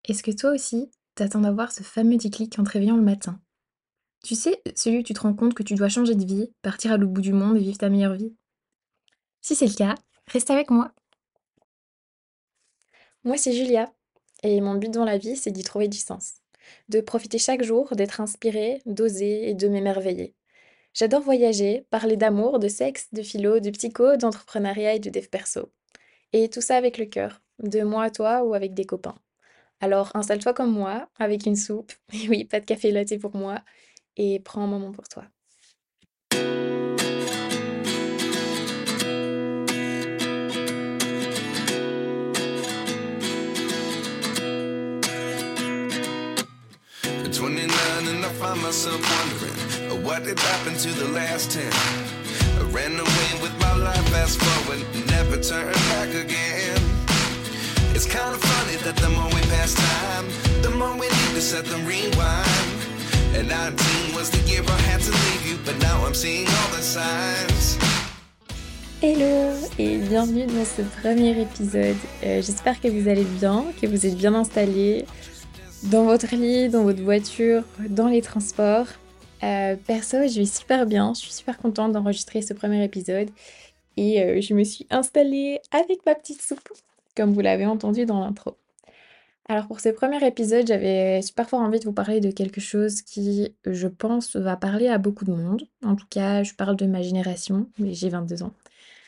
Est-ce que toi aussi, t'attends d'avoir ce fameux déclic en te réveillant le matin? Tu sais, celui où tu te rends compte que tu dois changer de vie, partir à l'autre bout du monde et vivre ta meilleure vie? Si c'est le cas, reste avec moi. Moi, c'est Julia. Et mon but dans la vie, c'est d'y trouver du sens. De profiter chaque jour, d'être inspirée, d'oser et de m'émerveiller. J'adore voyager, parler d'amour, de sexe, de philo, de psycho, d'entrepreneuriat et de dev perso. Et tout ça avec le cœur, de moi à toi ou avec des copains. Alors installe-toi comme moi, avec une soupe, et oui, pas de café latte pour moi, et prends un moment pour toi. 29 and I find myself wondering what did happen to the last 10. I ran away with my life, fast forward, never turn back again. It's kind of funny that the more we pass time, the more we need to set the rewind. And 19 was the year I had to leave you, but now I'm seeing all the signs. Hello et bienvenue dans ce premier épisode. J'espère que vous allez bien, que vous êtes bien installés dans votre lit, dans votre voiture, dans les transports. Perso, je vais super bien, je suis super contente d'enregistrer ce premier épisode et je me suis installée avec ma petite soupe, comme vous l'avez entendu dans l'intro. Alors pour ce premier épisode, j'avais super fort envie de vous parler de quelque chose qui, je pense, va parler à beaucoup de monde. En tout cas, je parle de ma génération, mais j'ai 22 ans.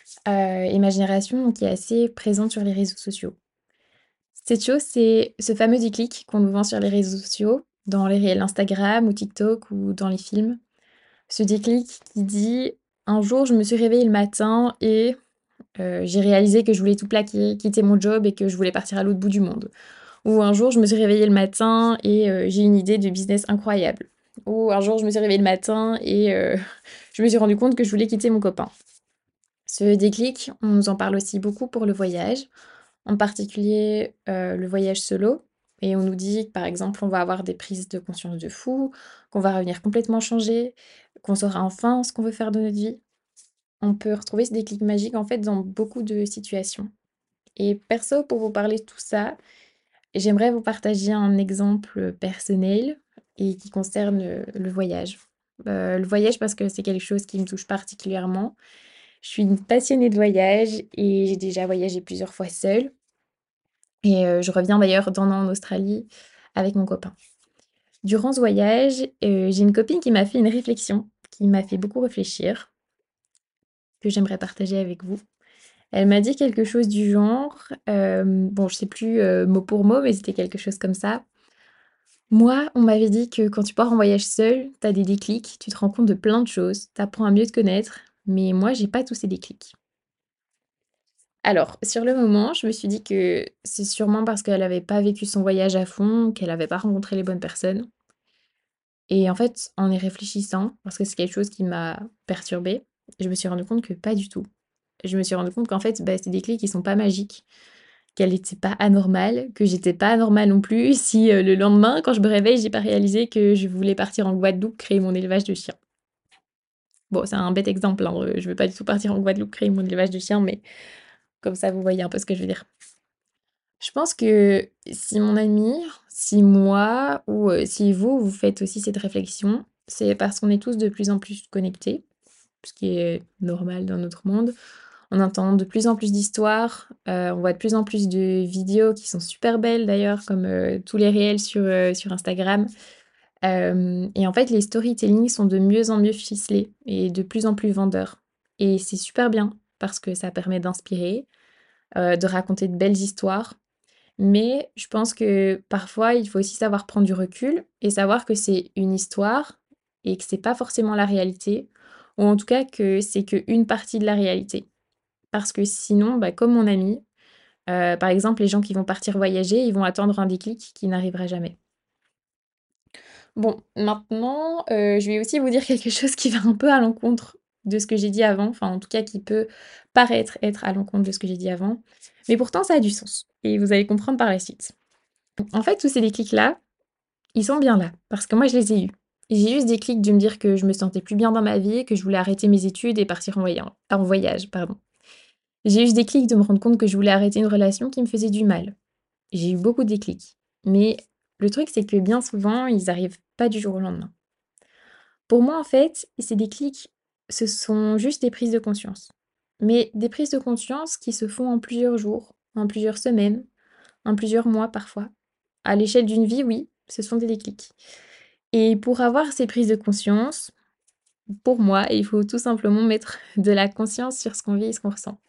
Et ma génération qui est assez présente sur les réseaux sociaux. Cette chose, c'est ce fameux déclic qu'on nous vend sur les réseaux sociaux, dans les réels Instagram ou TikTok ou dans les films. Ce déclic qui dit: «Un jour, je me suis réveillée le matin et j'ai réalisé que je voulais tout plaquer, quitter mon job et que je voulais partir à l'autre bout du monde». Ou un jour, je me suis réveillée le matin et j'ai une idée de business incroyable. Ou un jour, je me suis réveillée le matin et je me suis rendu compte que je voulais quitter mon copain. Ce déclic, on nous en parle aussi beaucoup pour le voyage, en particulier le voyage solo. Et on nous dit que par exemple, on va avoir des prises de conscience de fou, qu'on va revenir complètement changé, qu'on saura enfin ce qu'on veut faire de notre vie. On peut retrouver ce déclic magique en fait dans beaucoup de situations. Et perso, pour vous parler de tout ça, j'aimerais vous partager un exemple personnel et qui concerne le voyage. Le voyage parce que c'est quelque chose qui me touche particulièrement. Je suis une passionnée de voyage et j'ai déjà voyagé plusieurs fois seule et je reviens d'ailleurs d'1 an en Australie avec mon copain. Durant ce voyage, j'ai une copine qui m'a fait une réflexion, qui m'a fait beaucoup réfléchir, que j'aimerais partager avec vous. Elle m'a dit quelque chose du genre, bon je sais plus, mot pour mot, mais c'était quelque chose comme ça: «Moi, on m'avait dit que quand tu pars en voyage seule, tu as des déclics, tu te rends compte de plein de choses, tu apprends à mieux te connaître, mais moi j'ai pas tous ces déclics». Alors, sur le moment, je me suis dit que c'est sûrement parce qu'elle avait pas vécu son voyage à fond, qu'elle avait pas rencontré les bonnes personnes. Et en fait, en y réfléchissant, parce que c'est quelque chose qui m'a perturbée, je me suis rendu compte que pas du tout. Je me suis rendu compte qu'en fait, bah, c'est des clés qui sont pas magiques, qu'elle était pas anormale, que j'étais pas anormale non plus si, le lendemain, quand je me réveille, j'ai pas réalisé que je voulais partir en Guadeloupe créer mon élevage de chiens. Bon, c'est un bête exemple, hein, je veux pas du tout partir en Guadeloupe créer mon élevage de chiens, mais comme ça, vous voyez un peu ce que je veux dire. Je pense que si mon ami, si moi ou si vous, vous faites aussi cette réflexion, c'est parce qu'on est tous de plus en plus connectés, ce qui est normal dans notre monde. On entend de plus en plus d'histoires, on voit de plus en plus de vidéos qui sont super belles d'ailleurs, comme, tous les réels sur Instagram. Hem Et en fait, les storytelling sont de mieux en mieux ficelés et de plus en plus vendeurs et c'est super bien parce que ça permet d'inspirer, de raconter de belles histoires. Mais je pense que parfois, il faut aussi savoir prendre du recul et savoir que c'est une histoire et que c'est pas forcément la réalité, ou en tout cas que c'est qu'une partie de la réalité. Parce que sinon, bah, comme mon ami, par exemple, les gens qui vont partir voyager, ils vont attendre un déclic qui n'arrivera jamais. Bon, maintenant, je vais aussi vous dire quelque chose qui va un peu à l'encontre de ce que j'ai dit avant, enfin, en tout cas, qui peut paraître être à l'encontre de ce que j'ai dit avant, mais pourtant ça a du sens et vous allez comprendre par la suite. En fait, tous ces déclics-là, ils sont bien là, parce que moi je les ai eus. J'ai eu ce déclic de me dire que je me sentais plus bien dans ma vie, que je voulais arrêter mes études et partir en voyage, pardon. J'ai eu ce déclic de me rendre compte que je voulais arrêter une relation qui me faisait du mal. J'ai eu beaucoup de déclics. mais le truc, c'est que bien souvent, ils arrivent pas du jour au lendemain. Pour moi, en fait, ces déclics, ce sont juste des prises de conscience. Mais des prises de conscience qui se font en plusieurs jours, en plusieurs semaines, en plusieurs mois parfois. À l'échelle d'une vie, oui, ce sont des déclics. Et pour avoir ces prises de conscience, pour moi, il faut tout simplement mettre de la conscience sur ce qu'on vit et ce qu'on ressent.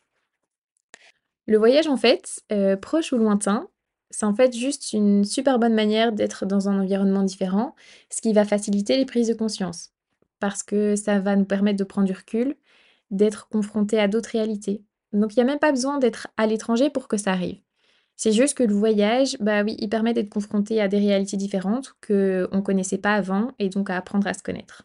Le voyage, en fait, proche ou lointain, c'est en fait juste une super bonne manière d'être dans un environnement différent, ce qui va faciliter les prises de conscience. Parce que ça va nous permettre de prendre du recul, d'être confrontés à d'autres réalités. Donc il y a même pas besoin d'être à l'étranger pour que ça arrive. C'est juste que le voyage, bah oui, il permet d'être confronté à des réalités différentes qu'on ne connaissait pas avant et donc à apprendre à se connaître.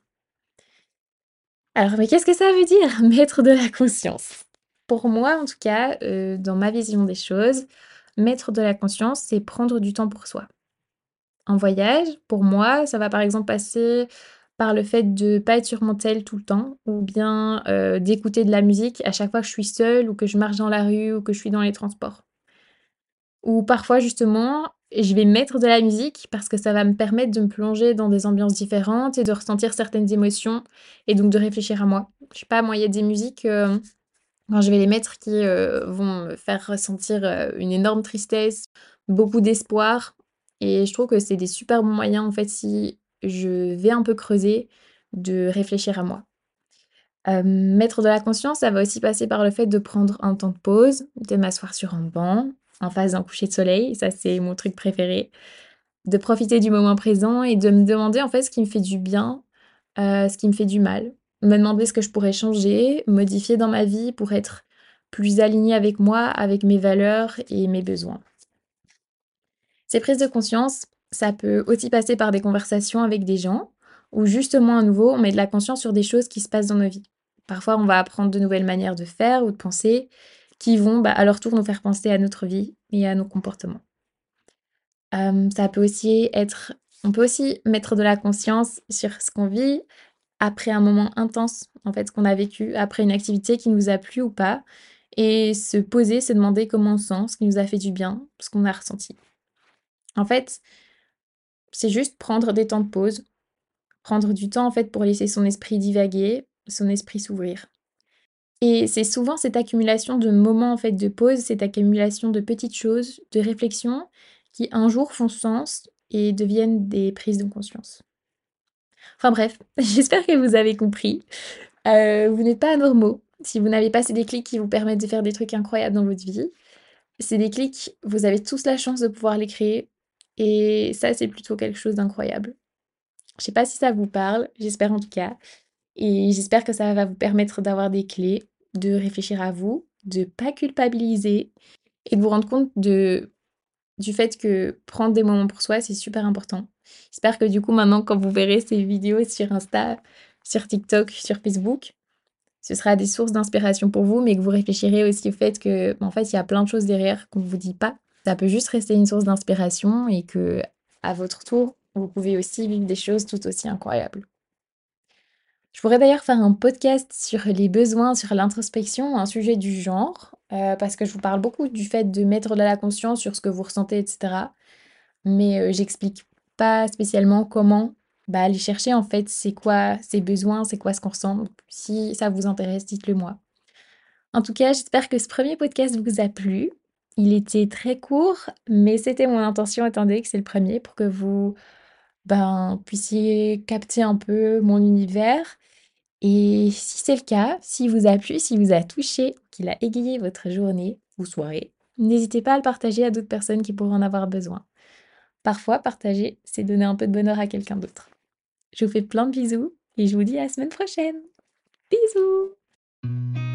Alors, mais qu'est-ce que ça veut dire mettre de la conscience? Pour moi, en tout cas, dans ma vision des choses, mettre de la conscience, c'est prendre du temps pour soi. En voyage, pour moi, ça va par exemple passer par le fait de pas être sur mon tel tout le temps ou bien, d'écouter de la musique à chaque fois que je suis seule ou que je marche dans la rue ou que je suis dans les transports. Ou parfois justement, je vais mettre de la musique parce que ça va me permettre de me plonger dans des ambiances différentes et de ressentir certaines émotions et donc de réfléchir à moi. Je sais pas, moi, il y a des musiques, quand je vais les mettre qui, vont me faire ressentir, une énorme tristesse, beaucoup d'espoir et je trouve que c'est des super bons moyens, en fait, si je vais un peu creuser, de réfléchir à moi. Mettre de la conscience, ça va aussi passer par le fait de prendre un temps de pause, de m'asseoir sur un banc, en face d'un coucher de soleil, ça c'est mon truc préféré. De profiter du moment présent et de me demander en fait ce qui me fait du bien, ce qui me fait du mal. Me demander ce que je pourrais changer, modifier dans ma vie pour être plus alignée avec moi, avec mes valeurs et mes besoins. Ces prises de conscience, ça peut aussi passer par des conversations avec des gens, où justement à nouveau, on met de la conscience sur des choses qui se passent dans nos vies. Parfois, on va apprendre de nouvelles manières de faire ou de penser qui vont à leur tour nous faire penser à notre vie et à nos comportements. Ça peut aussi être on peut aussi mettre de la conscience sur ce qu'on vit après un moment intense, en fait, ce qu'on a vécu, après une activité qui nous a plu ou pas et se poser, se demander comment on se sent, ce qui nous a fait du bien, ce qu'on a ressenti. En fait, c'est juste prendre des temps de pause, prendre du temps, en fait, pour laisser son esprit divaguer, son esprit s'ouvrir. Et c'est souvent cette accumulation de moments, en fait, de pause, cette accumulation de petites choses, de réflexions qui, un jour, font sens et deviennent des prises de conscience. Enfin bref, j'espère que vous avez compris. Vous n'êtes pas anormaux si vous n'avez pas ces déclics qui vous permettent de faire des trucs incroyables dans votre vie. Ces déclics, vous avez tous la chance de pouvoir les créer et ça, c'est plutôt quelque chose d'incroyable. Je sais pas si ça vous parle, j'espère en tout cas. Et j'espère que ça va vous permettre d'avoir des clés, de réfléchir à vous, de pas culpabiliser et de vous rendre compte du fait que prendre des moments pour soi, c'est super important. J'espère que du coup, maintenant, quand vous verrez ces vidéos sur Insta, sur TikTok, sur Facebook, ce sera des sources d'inspiration pour vous, mais que vous réfléchirez aussi au fait que, en fait, il y a plein de choses derrière qu'on ne vous dit pas. Ça peut juste rester une source d'inspiration et que, à votre tour, vous pouvez aussi vivre des choses tout aussi incroyables. Je pourrais d'ailleurs faire un podcast sur les besoins, sur l'introspection, un sujet du genre, parce que je vous parle beaucoup du fait de mettre de la conscience sur ce que vous ressentez, etc. Mais j'explique pas spécialement comment aller chercher en fait c'est quoi ces besoins, c'est quoi ce qu'on ressent. Donc, si ça vous intéresse, dites-le moi. En tout cas, j'espère que ce premier podcast vous a plu. Il était très court, mais c'était mon intention étant donné que c'est le premier pour que vous puissiez capter un peu mon univers et si c'est le cas, s'il vous a plu, s'il vous a touché, qu'il a égayé votre journée ou soirée, n'hésitez pas à le partager à d'autres personnes qui pourraient en avoir besoin. Parfois, partager, c'est donner un peu de bonheur à quelqu'un d'autre. Je vous fais plein de bisous et je vous dis à la semaine prochaine. Bisous!